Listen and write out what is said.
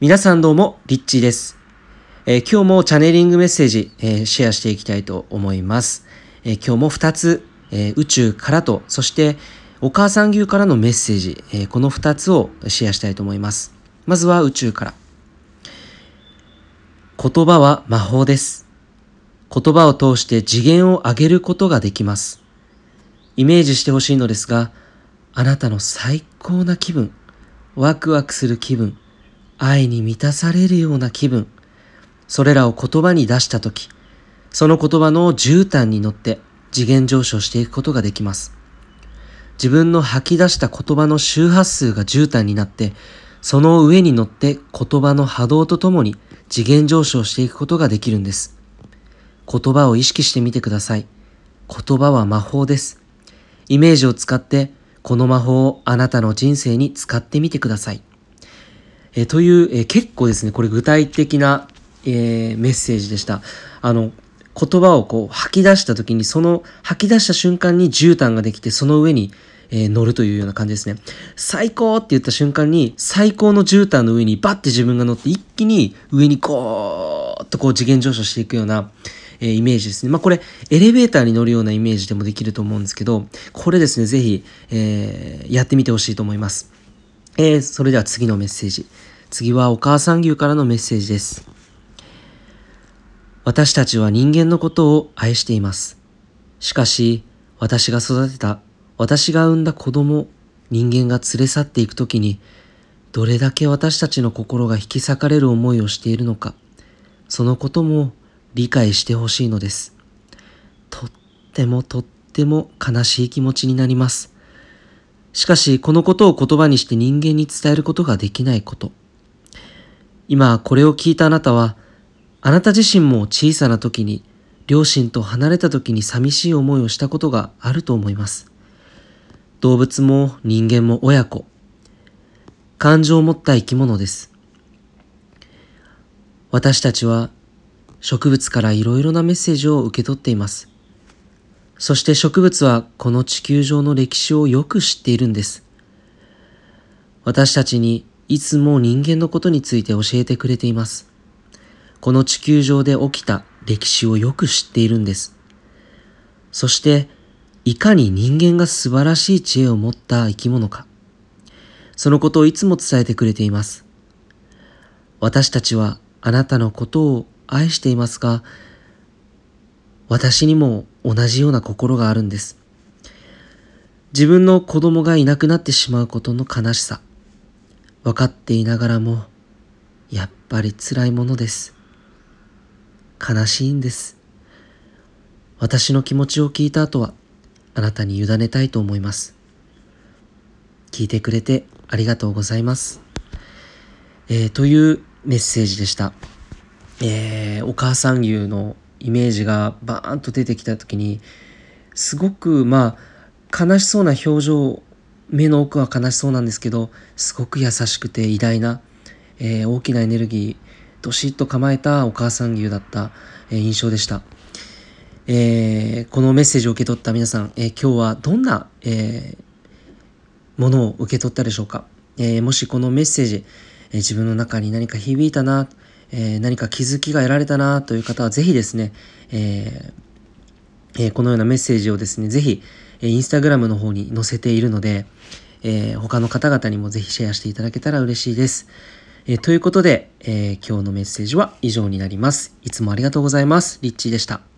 皆さんどうも、リッチーです。今日もチャネリングメッセージ、シェアしていきたいと思います。今日も2つ、宇宙からと、そしてお母さん牛からのメッセージ、この2つをシェアしたいと思います。まずは宇宙から。言葉は魔法です。言葉を通して次元を上げることができます。イメージしてほしいのですが、あなたの最高な気分、ワクワクする気分、愛に満たされるような気分、それらを言葉に出したとき、その言葉の絨毯に乗って次元上昇していくことができます。自分の吐き出した言葉の周波数が絨毯になって、その上に乗って言葉の波動とともに次元上昇していくことができるんです。言葉を意識してみてください。言葉は魔法です。イメージを使ってこの魔法をあなたの人生に使ってみてください。という、結構ですね、これ具体的な、メッセージでした。言葉をこう吐き出した時に、その吐き出した瞬間に絨毯ができて、その上に、乗るというような感じですね。最高って言った瞬間に、最高の絨毯の上にバッて自分が乗って、一気に上にこう次元上昇していくような、イメージですね。これエレベーターに乗るようなイメージでもできると思うんですけど、これですね、ぜひ、やってみてほしいと思います。それでは次のメッセージ。次はお母さん牛からのメッセージです。私たちは人間のことを愛しています。しかし、私が育てた、私が産んだ子供、人間が連れ去っていくときに、どれだけ私たちの心が引き裂かれる思いをしているのか、そのことも理解してほしいのです。とっても悲しい気持ちになります。しかし、このことを言葉にして人間に伝えることができないこと。今、これを聞いたあなたは、あなた自身も小さな時に、両親と離れた時に寂しい思いをしたことがあると思います。動物も人間も親子。感情を持った生き物です。私たちは、植物からいろいろなメッセージを受け取っています。そして植物はこの地球上の歴史をよく知っているんです。私たちにいつも人間のことについて教えてくれています。この地球上で起きた歴史をよく知っているんです。そしていかに人間が素晴らしい知恵を持った生き物か、そのことをいつも伝えてくれています。私たちはあなたのことを愛していますが、私にも同じような心があるんです。自分の子供がいなくなってしまうことの悲しさ、分かっていながらも、やっぱり辛いものです。悲しいんです。私の気持ちを聞いた後は、あなたに委ねたいと思います。聞いてくれてありがとうございます。というメッセージでした。お母さん牛のイメージがバーンと出てきた時に、すごく悲しそうな表情、目の奥は悲しそうなんですけど、すごく優しくて偉大な、大きなエネルギー、どしっと構えたお母さん牛だった、印象でした。このメッセージを受け取った皆さん、今日はどんな、ものを受け取ったでしょうか。もしこのメッセージ、自分の中に何か響いたな、何か気づきが得られたなという方はぜひですね、このようなメッセージをですね、ぜひ、インスタグラムの方に載せているので、他の方々にもぜひシェアしていただけたら嬉しいです。ということで、今日のメッセージは以上になります。いつもありがとうございます。リッチーでした。